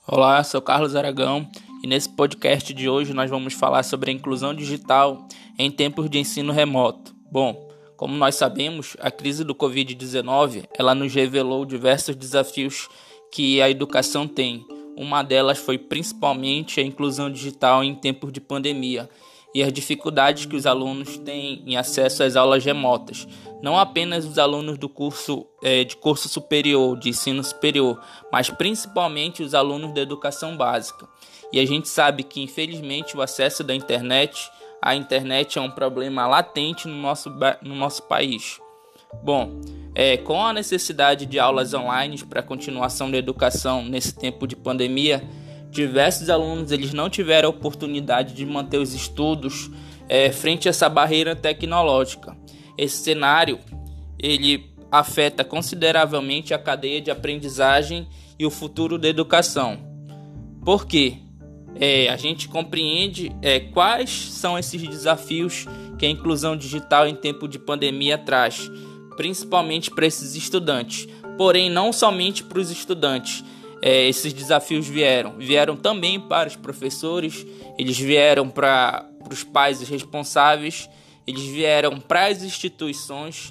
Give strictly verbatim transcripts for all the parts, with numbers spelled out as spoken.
Olá, sou Carlos Aragão e nesse podcast de hoje nós vamos falar sobre a inclusão digital em tempos de ensino remoto. Bom, como nós sabemos, a crise do covid dezenove ela nos revelou diversos desafios que a educação tem. Uma delas foi principalmente a inclusão digital em tempos de pandemia e as dificuldades que os alunos têm em acesso às aulas remotas. Não apenas os alunos do curso é, de curso superior, de ensino superior, mas principalmente os alunos da educação básica. E a gente sabe que, infelizmente, o acesso da internet, à internet é um problema latente no nosso, no nosso país. Bom, é, com a necessidade de aulas online para a continuação da educação nesse tempo de pandemia, diversos alunos eles não tiveram a oportunidade de manter os estudos é, frente a essa barreira tecnológica. Esse cenário ele afeta consideravelmente a cadeia de aprendizagem e o futuro da educação. Por quê? É, a gente compreende é, quais são esses desafios que a inclusão digital em tempo de pandemia traz, principalmente para esses estudantes. Porém, não somente para os estudantes. É, esses desafios vieram, vieram também para os professores, eles vieram para os pais responsáveis, eles vieram para as instituições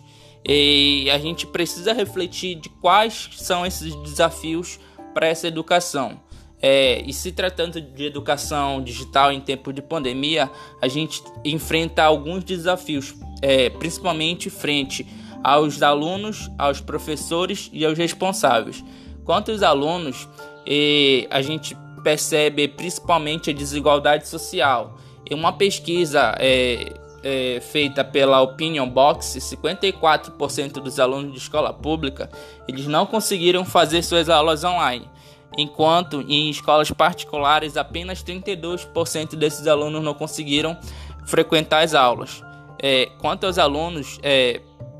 e a gente precisa refletir de quais são esses desafios para essa educação. É, e se tratando de educação digital em tempo de pandemia, a gente enfrenta alguns desafios, é, principalmente frente aos alunos, aos professores e aos responsáveis. Quanto aos alunos, eh, a gente percebe principalmente a desigualdade social. Em uma pesquisa eh, eh, feita pela Opinion Box, cinquenta e quatro por cento dos alunos de escola pública eles não conseguiram fazer suas aulas online, enquanto em escolas particulares apenas trinta e dois por cento desses alunos não conseguiram frequentar as aulas. Eh, quanto aos alunos, eh,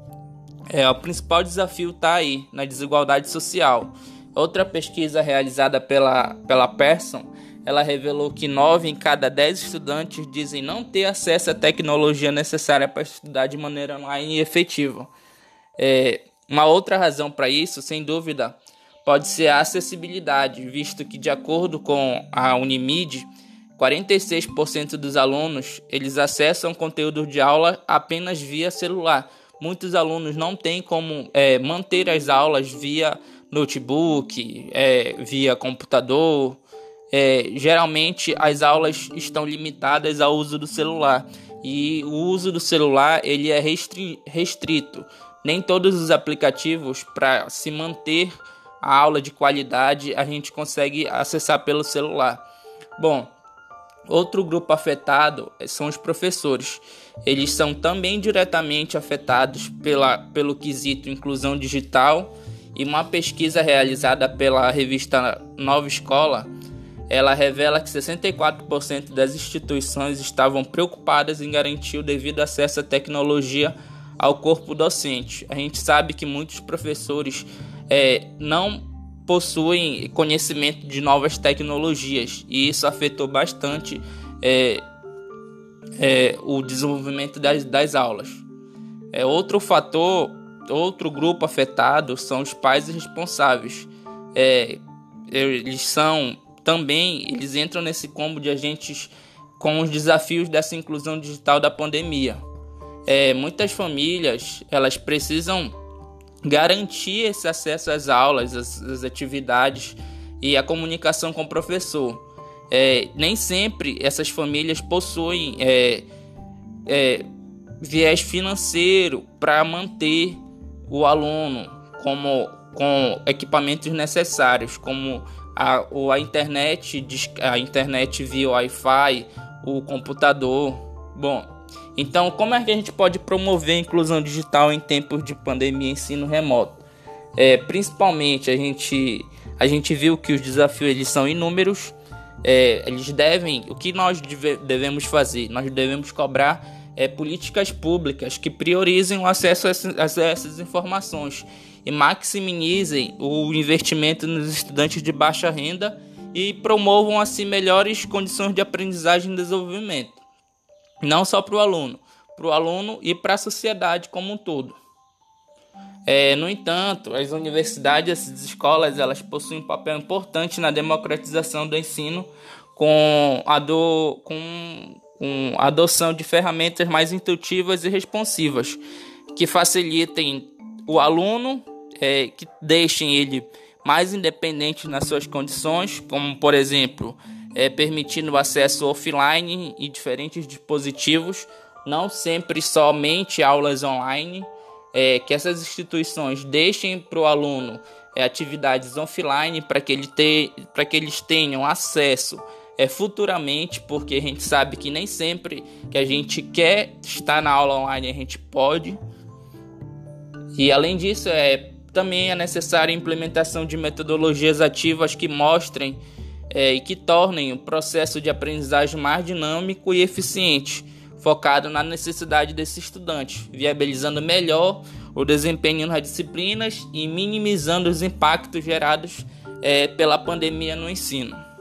É, o principal desafio está aí, na desigualdade social. Outra pesquisa realizada pela, pela Pearson, ela revelou que nove em cada dez estudantes dizem não ter acesso à tecnologia necessária para estudar de maneira online e efetiva. É, uma outra razão para isso, sem dúvida, pode ser a acessibilidade, visto que, de acordo com a Unimid, quarenta e seis por cento dos alunos eles acessam conteúdo de aula apenas via celular. Muitos alunos não têm como é, manter as aulas via notebook, é, via computador. É, geralmente as aulas estão limitadas ao uso do celular e o uso do celular ele é restri- restrito. Nem todos os aplicativos para se manter a aula de qualidade a gente consegue acessar pelo celular. Bom, outro grupo afetado são os professores. Eles são também diretamente afetados pela, pelo quesito inclusão digital, e uma pesquisa realizada pela revista Nova Escola, ela revela que sessenta e quatro por cento das instituições estavam preocupadas em garantir o devido acesso à tecnologia ao corpo docente. A gente sabe que muitos professores é, não possuem conhecimento de novas tecnologias e isso afetou bastante é, é, o desenvolvimento das, das aulas. É, outro fator, outro grupo afetado são os pais responsáveis. É, eles são também, eles entram nesse combo de agentes com os desafios dessa inclusão digital da pandemia. É, muitas famílias elas precisam garantir esse acesso às aulas, às, às atividades e a comunicação com o professor. É, nem sempre essas famílias possuem é, é, viés financeiro para manter o aluno como, com equipamentos necessários, como a, ou a internet, a internet via Wi-Fi, o computador. Bom, então, como é que a gente pode promover a inclusão digital em tempos de pandemia e ensino remoto? É, principalmente, a gente, a gente viu que os desafios eles são inúmeros. É, eles devem, o que nós deve, devemos fazer? Nós devemos cobrar é, políticas públicas que priorizem o acesso a, a essas informações e maximizem o investimento nos estudantes de baixa renda e promovam assim melhores condições de aprendizagem e desenvolvimento. Não só para o aluno, para o aluno e para a sociedade como um todo. É, no entanto, as universidades e essas escolas elas possuem um papel importante na democratização do ensino com a, do, com, com a adoção de ferramentas mais intuitivas e responsivas que facilitem o aluno, é, que deixem ele mais independente nas suas condições, como, por exemplo, é, permitindo o acesso offline e diferentes dispositivos, não sempre somente aulas online. É, que essas instituições deixem para o aluno é, atividades offline para que, ele te, para que eles tenham acesso é, futuramente, porque a gente sabe que nem sempre que a gente quer estar na aula online a gente pode. E além disso, é, também é necessária a implementação de metodologias ativas que mostrem é, e que tornem o processo de aprendizagem mais dinâmico e eficiente, focado na necessidade desse estudante, viabilizando melhor o desempenho nas disciplinas e minimizando os impactos gerados é, pela pandemia no ensino.